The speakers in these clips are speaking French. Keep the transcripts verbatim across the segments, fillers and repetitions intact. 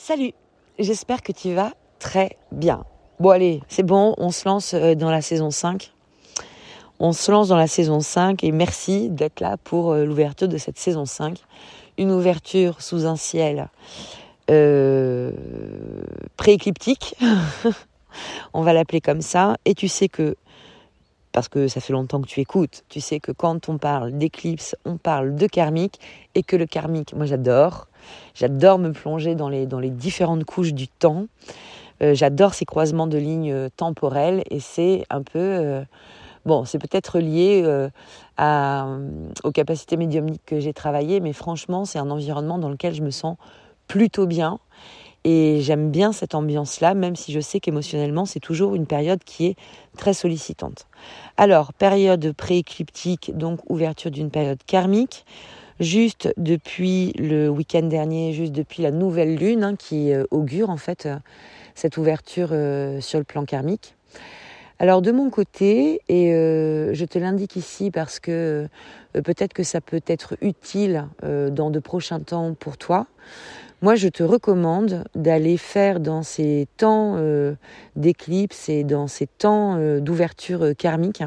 Salut, j'espère que tu vas très bien. Bon allez, c'est bon, on se lance dans la saison cinq. On se lance dans la saison cinq et merci d'être là pour l'ouverture de cette saison cinq. Une ouverture sous un ciel euh, pré-écliptique, on va l'appeler comme ça. Et tu sais que, parce que ça fait longtemps que tu écoutes, tu sais que quand on parle d'éclipse, on parle de karmique et que le karmique, moi j'adore. J'adore me plonger dans les, dans les différentes couches du temps. Euh, j'adore ces croisements de lignes temporelles et c'est un peu... Euh, bon, c'est peut-être lié euh, à, aux capacités médiumniques que j'ai travaillées, mais franchement, c'est un environnement dans lequel je me sens plutôt bien. Et j'aime bien cette ambiance-là, même si je sais qu'émotionnellement, c'est toujours une période qui est très sollicitante. Alors, période pré-écliptique, donc ouverture d'une période karmique. Juste depuis le week-end dernier, juste depuis la nouvelle lune hein, qui euh, augure en fait euh, cette ouverture euh, sur le plan karmique. Alors de mon côté, et euh, je te l'indique ici parce que euh, peut-être que ça peut être utile euh, dans de prochains temps pour toi, moi je te recommande d'aller faire dans ces temps euh, d'éclipse et dans ces temps euh, d'ouverture euh, karmique,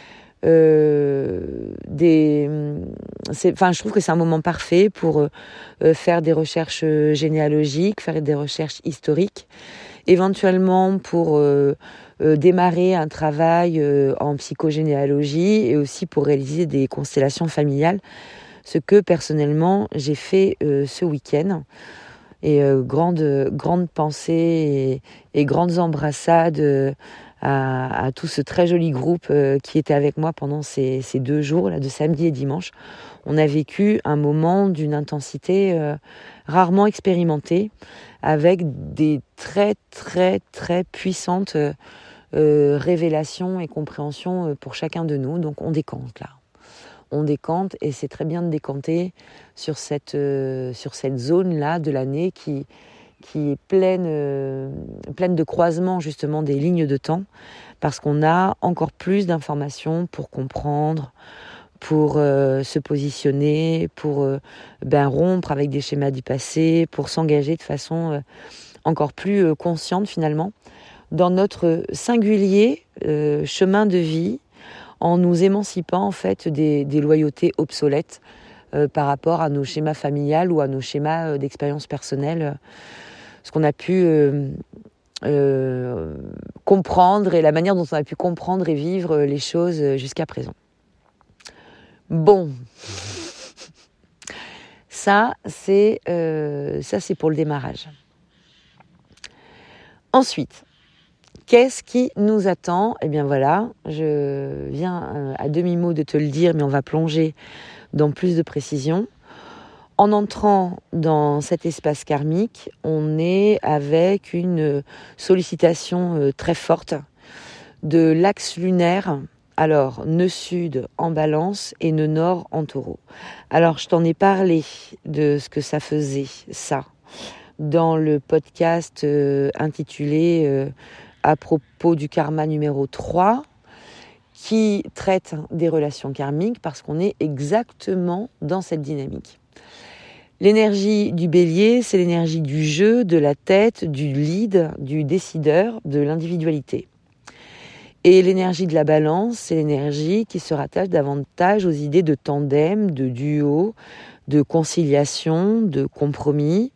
Euh, des, c'est, enfin, je trouve que c'est un moment parfait pour euh, faire des recherches généalogiques, faire des recherches historiques, éventuellement pour euh, euh, démarrer un travail euh, en psychogénéalogie et aussi pour réaliser des constellations familiales, ce que personnellement j'ai fait euh, ce week-end. Et euh, grande, grande pensée et, et grandes embrassades euh, à, à tout ce très joli groupe euh, qui était avec moi pendant ces, ces deux jours, là, de samedi et dimanche. On a vécu un moment d'une intensité euh, rarement expérimentée, avec des très, très, très puissantes euh, euh, révélations et compréhensions euh, pour chacun de nous. Donc on décante là. On décante et c'est très bien de décanter sur cette, euh, sur cette zone-là de l'année qui, qui est pleine, euh, pleine de croisements justement des lignes de temps parce qu'on a encore plus d'informations pour comprendre, pour euh, se positionner, pour euh, ben, rompre avec des schémas du passé, pour s'engager de façon euh, encore plus euh, consciente finalement dans notre singulier euh, chemin de vie, en nous émancipant en fait des, des loyautés obsolètes euh, par rapport à nos schémas familiales ou à nos schémas euh, d'expérience personnelle, euh, ce qu'on a pu euh, euh, comprendre et la manière dont on a pu comprendre et vivre les choses jusqu'à présent. Bon, ça c'est, euh, ça c'est pour le démarrage. Ensuite, qu'est-ce qui nous attend ? Eh bien voilà, je viens à demi-mot de te le dire, mais on va plonger dans plus de précision. En entrant dans cet espace karmique, on est avec une sollicitation très forte de l'axe lunaire, alors nœud sud en balance et nœud nord en taureau. Alors je t'en ai parlé de ce que ça faisait, ça, dans le podcast euh, intitulé euh, à propos du karma numéro trois, qui traite des relations karmiques parce qu'on est exactement dans cette dynamique. L'énergie du bélier, c'est l'énergie du jeu, de la tête, du lead, du décideur, de l'individualité. Et l'énergie de la balance, c'est l'énergie qui se rattache davantage aux idées de tandem, de duo, de conciliation, de compromis,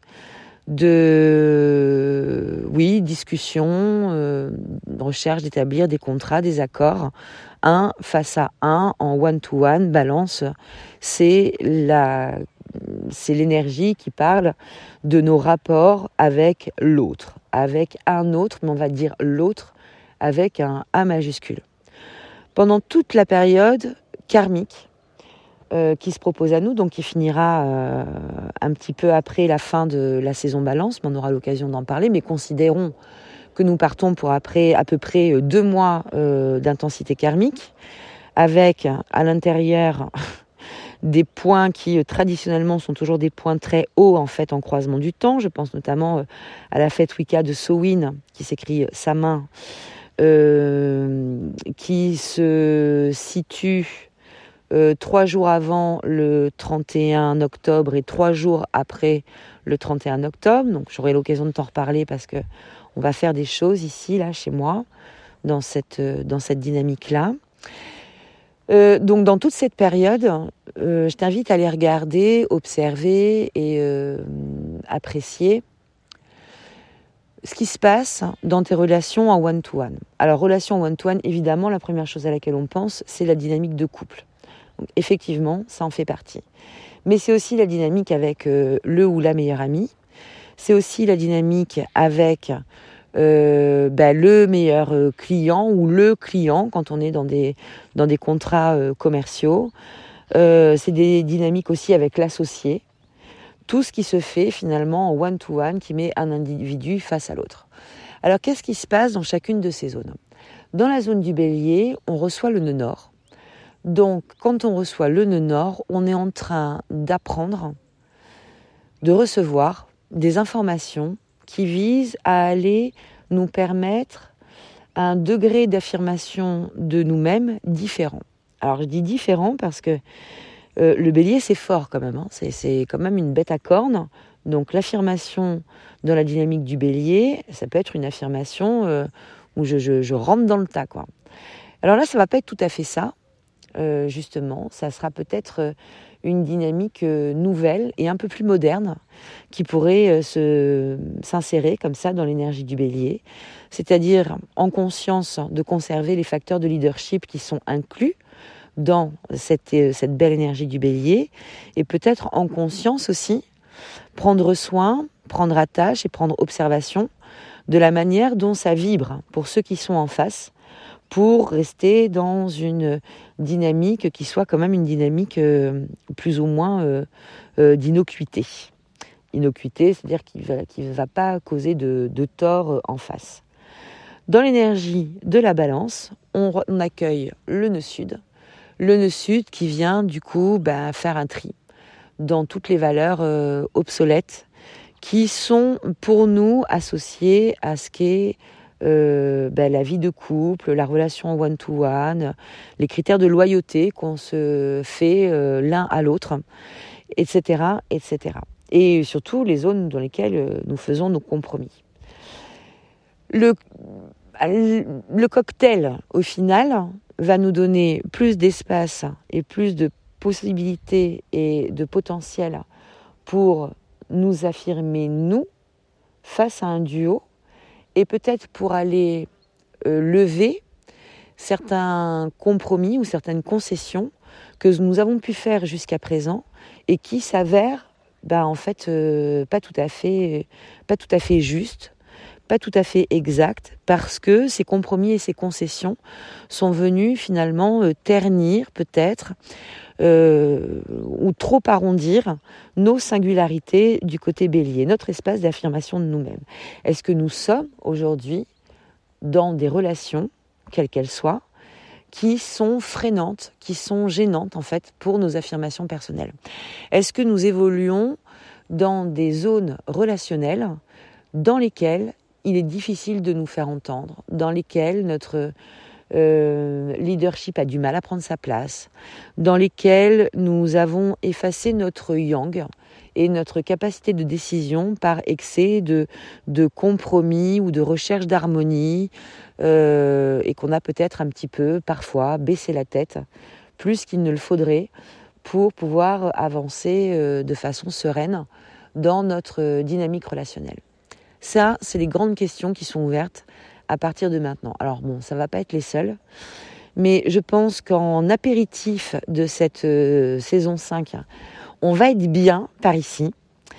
de oui discussion, euh, recherche d'établir des contrats, des accords, un face à un, en one to one. Balance, c'est la, c'est l'énergie qui parle de nos rapports avec l'autre, avec un autre, mais on va dire l'autre avec un A majuscule. Pendant toute la période karmique, Euh, qui se propose à nous, donc qui finira euh, un petit peu après la fin de la saison balance, mais on aura l'occasion d'en parler, mais considérons que nous partons pour après à peu près deux mois euh, d'intensité karmique, avec à l'intérieur des points qui euh, traditionnellement sont toujours des points très hauts en fait en croisement du temps. Je pense notamment euh, à la fête Wicca de Samhain, qui s'écrit euh, sa main, euh, qui se situe euh, trois jours avant le trente et un octobre et trois jours après le trente et un octobre. Donc j'aurai l'occasion de t'en reparler parce que on va faire des choses ici, là, chez moi, dans cette, euh, dans cette dynamique-là. Euh, donc dans toute cette période, euh, je t'invite à les regarder, observer et euh, apprécier ce qui se passe dans tes relations en one-to-one. Alors, relation en one-to-one, évidemment, la première chose à laquelle on pense, c'est la dynamique de couple. Donc, effectivement, ça en fait partie. Mais c'est aussi la dynamique avec euh, le ou la meilleure amie. C'est aussi la dynamique avec euh, bah, le meilleur euh, client ou le client quand on est dans des, dans des contrats euh, commerciaux. Euh, c'est des dynamiques aussi avec l'associé. Tout ce qui se fait finalement en one-to-one qui met un individu face à l'autre. Alors qu'est-ce qui se passe dans chacune de ces zones ? Dans la zone du Bélier, on reçoit le nœud nord. Donc quand on reçoit le nœud nord, on est en train d'apprendre, de recevoir des informations qui visent à aller nous permettre un degré d'affirmation de nous-mêmes différent. Alors je dis différent parce que Euh, le bélier, c'est fort quand même, hein. c'est, c'est quand même une bête à cornes. Donc l'affirmation dans la dynamique du bélier, ça peut être une affirmation euh, où je, je, je rentre dans le tas, quoi. Alors là, ça ne va pas être tout à fait ça, euh, justement. Ça sera peut-être euh, une dynamique euh, nouvelle et un peu plus moderne qui pourrait euh, se, s'insérer comme ça dans l'énergie du bélier. C'est-à-dire en conscience de conserver les facteurs de leadership qui sont inclus dans cette, cette belle énergie du bélier, et peut-être en conscience aussi, prendre soin, prendre attache et prendre observation de la manière dont ça vibre pour ceux qui sont en face, pour rester dans une dynamique qui soit quand même une dynamique euh, plus ou moins euh, euh, d'innocuité. Innocuité, c'est-à-dire qu'il ne va, qu'il va pas causer de, de tort en face. Dans l'énergie de la balance, on, on accueille le nœud sud, Le nœud sud qui vient du coup bah, faire un tri dans toutes les valeurs euh, obsolètes qui sont pour nous associées à ce qu'est euh, bah, la vie de couple, la relation one-to-one, les critères de loyauté qu'on se fait euh, l'un à l'autre, et cetera, et cetera. Et surtout les zones dans lesquelles euh, nous faisons nos compromis. Le, le cocktail, au final, va nous donner plus d'espace et plus de possibilités et de potentiel pour nous affirmer, nous, face à un duo, et peut-être pour aller euh, lever certains compromis ou certaines concessions que nous avons pu faire jusqu'à présent et qui s'avèrent bah, en fait euh, pas tout à fait, pas tout à fait justes, pas tout à fait exact, parce que ces compromis et ces concessions sont venus finalement euh, ternir peut-être euh, ou trop arrondir nos singularités du côté bélier, notre espace d'affirmation de nous-mêmes. Est-ce que nous sommes aujourd'hui dans des relations, quelles qu'elles soient, qui sont freinantes, qui sont gênantes en fait pour nos affirmations personnelles ? Est-ce que nous évoluons dans des zones relationnelles dans lesquelles il est difficile de nous faire entendre, dans lesquelles notre euh, leadership a du mal à prendre sa place, dans lesquelles nous avons effacé notre yang et notre capacité de décision par excès de, de compromis ou de recherche d'harmonie, euh, et qu'on a peut-être un petit peu, parfois, baissé la tête, plus qu'il ne le faudrait, pour pouvoir avancer euh, de façon sereine dans notre dynamique relationnelle. Ça, c'est les grandes questions qui sont ouvertes à partir de maintenant. Alors bon, ça ne va pas être les seules, mais je pense qu'en apéritif de cette euh, saison cinq, on va être bien par ici.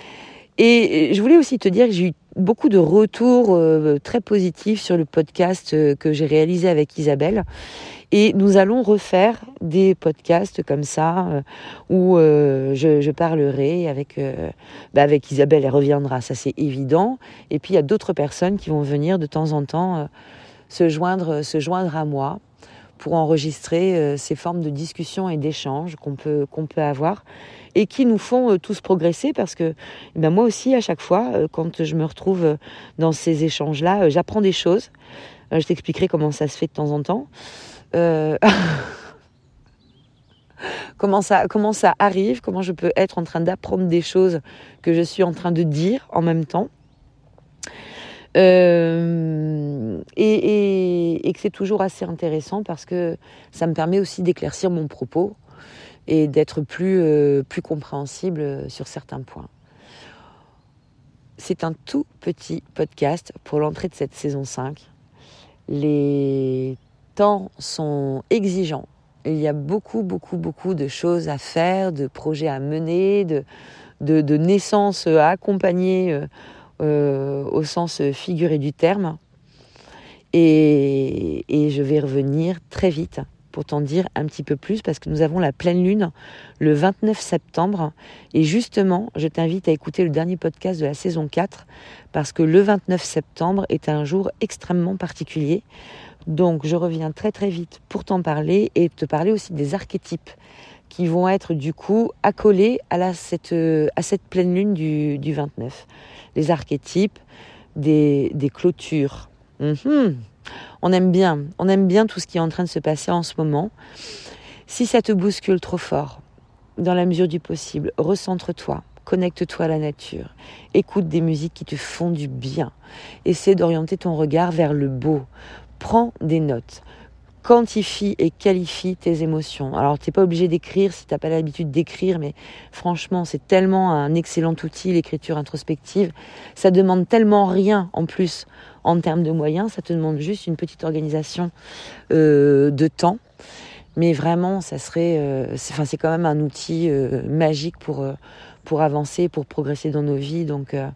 Et je voulais aussi te dire que j'ai eu beaucoup de retours euh, très positifs sur le podcast euh, que j'ai réalisé avec Isabelle. Et nous allons refaire des podcasts comme ça, euh, où euh, je, je parlerai avec, euh, bah avec Isabelle, elle reviendra, ça c'est évident. Et puis il y a d'autres personnes qui vont venir de temps en temps euh, se joindre, se joindre à moi pour enregistrer euh, ces formes de discussion et d'échange qu'on peut, qu'on peut avoir et qui nous font euh, tous progresser parce que ben moi aussi, à chaque fois, euh, quand je me retrouve euh, dans ces échanges-là, euh, j'apprends des choses. Euh, je t'expliquerai comment ça se fait de temps en temps. Euh... comment ça, comment ça arrive, comment je peux être en train d'apprendre des choses que je suis en train de dire en même temps. Euh, et, et, et que c'est toujours assez intéressant parce que ça me permet aussi d'éclaircir mon propos et d'être plus, euh, plus compréhensible sur certains points. C'est un tout petit podcast pour l'entrée de cette saison cinq. Les temps sont exigeants. Il y a beaucoup, beaucoup, beaucoup de choses à faire, de projets à mener, de, de, de naissances à accompagner euh, euh, au sens figuré du terme. Et, et je vais revenir très vite pour t'en dire un petit peu plus parce que nous avons la pleine lune le vingt-neuf septembre. Et justement, je t'invite à écouter le dernier podcast de la saison quatre parce que le vingt-neuf septembre est un jour extrêmement particulier. Donc, je reviens très très vite pour t'en parler et te parler aussi des archétypes qui vont être du coup accolés à, la, cette, à cette pleine lune du, du vingt-neuf. Les archétypes des, des clôtures. Mmh. On aime bien, on aime bien tout ce qui est en train de se passer en ce moment. Si ça te bouscule trop fort, dans la mesure du possible, recentre-toi, connecte-toi à la nature, écoute des musiques qui te font du bien, essaie d'orienter ton regard vers le beau, prends des notes, quantifie et qualifie tes émotions. Alors, tu n'es pas obligé d'écrire si tu n'as pas l'habitude d'écrire, mais franchement, c'est tellement un excellent outil, l'écriture introspective. Ça demande tellement rien en plus en termes de moyens, ça te demande juste une petite organisation euh, de temps. Mais vraiment, ça serait, euh, c'est, enfin, c'est quand même un outil euh, magique pour, euh, pour avancer, pour progresser dans nos vies. Donc, euh,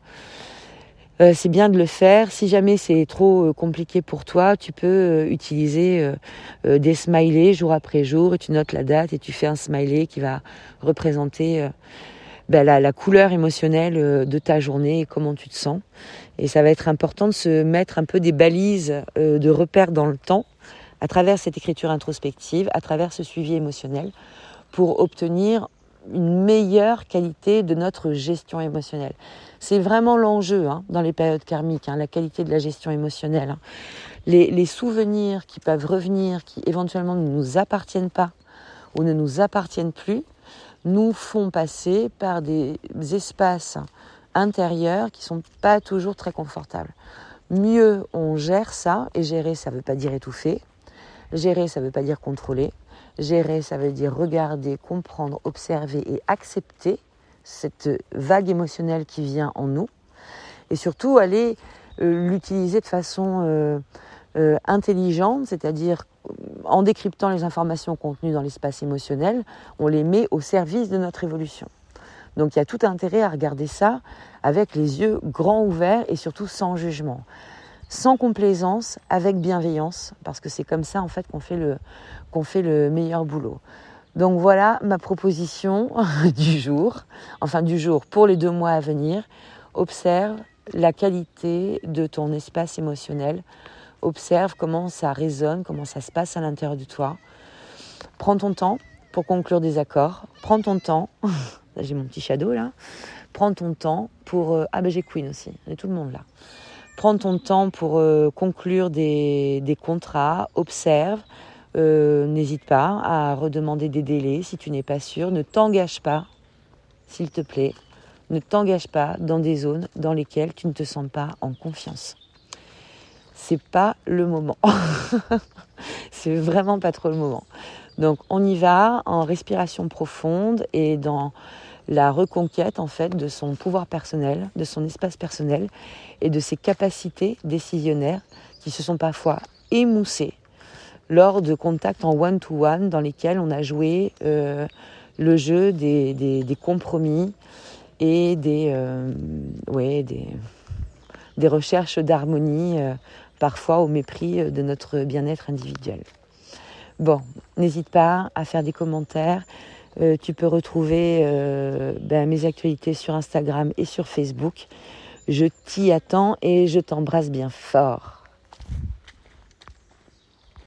Euh, c'est bien de le faire. Si jamais c'est trop euh, compliqué pour toi, tu peux euh, utiliser euh, euh, des smileys jour après jour et tu notes la date et tu fais un smiley qui va représenter euh, ben, la, la couleur émotionnelle euh, de ta journée et comment tu te sens. Et ça va être important de se mettre un peu des balises euh, de repères dans le temps à travers cette écriture introspective, à travers ce suivi émotionnel pour obtenir une meilleure qualité de notre gestion émotionnelle. C'est vraiment l'enjeu hein, dans les périodes karmiques, hein, la qualité de la gestion émotionnelle. Hein. Les, les souvenirs qui peuvent revenir, qui éventuellement ne nous appartiennent pas ou ne nous appartiennent plus, nous font passer par des espaces intérieurs qui ne sont pas toujours très confortables. Mieux on gère ça, et gérer ça ne veut pas dire étouffer, gérer ça ne veut pas dire contrôler, gérer, ça veut dire regarder, comprendre, observer et accepter cette vague émotionnelle qui vient en nous. Et surtout, aller euh, l'utiliser de façon euh, euh, intelligente, c'est-à-dire en décryptant les informations contenues dans l'espace émotionnel, on les met au service de notre évolution. Donc il y a tout intérêt à regarder ça avec les yeux grands ouverts et surtout sans jugement. Sans complaisance, avec bienveillance, parce que c'est comme ça en fait qu'on fait le, qu'on fait le meilleur boulot. Donc voilà ma proposition du jour, enfin du jour pour les deux mois à venir. Observe la qualité de ton espace émotionnel, observe comment ça résonne, comment ça se passe à l'intérieur de toi. Prends ton temps pour conclure des accords, prends ton temps, là j'ai mon petit shadow là, prends ton temps pour... Euh, ah ben j'ai Queen aussi, il y a tout le monde là. Prends ton temps pour euh, conclure des, des contrats, observe, euh, n'hésite pas à redemander des délais si tu n'es pas sûr, ne t'engage pas, s'il te plaît, ne t'engage pas dans des zones dans lesquelles tu ne te sens pas en confiance. C'est pas le moment, c'est vraiment pas trop le moment. Donc on y va en respiration profonde et dans la reconquête en fait de son pouvoir personnel, de son espace personnel et de ses capacités décisionnaires qui se sont parfois émoussées lors de contacts en one-to-one dans lesquels on a joué euh, le jeu des, des, des compromis et des, euh, ouais, des, des recherches d'harmonie, euh, parfois au mépris de notre bien-être individuel. Bon, n'hésite pas à faire des commentaires. Euh, tu peux retrouver euh, ben, mes actualités sur Instagram et sur Facebook. Je t'y attends et je t'embrasse bien fort.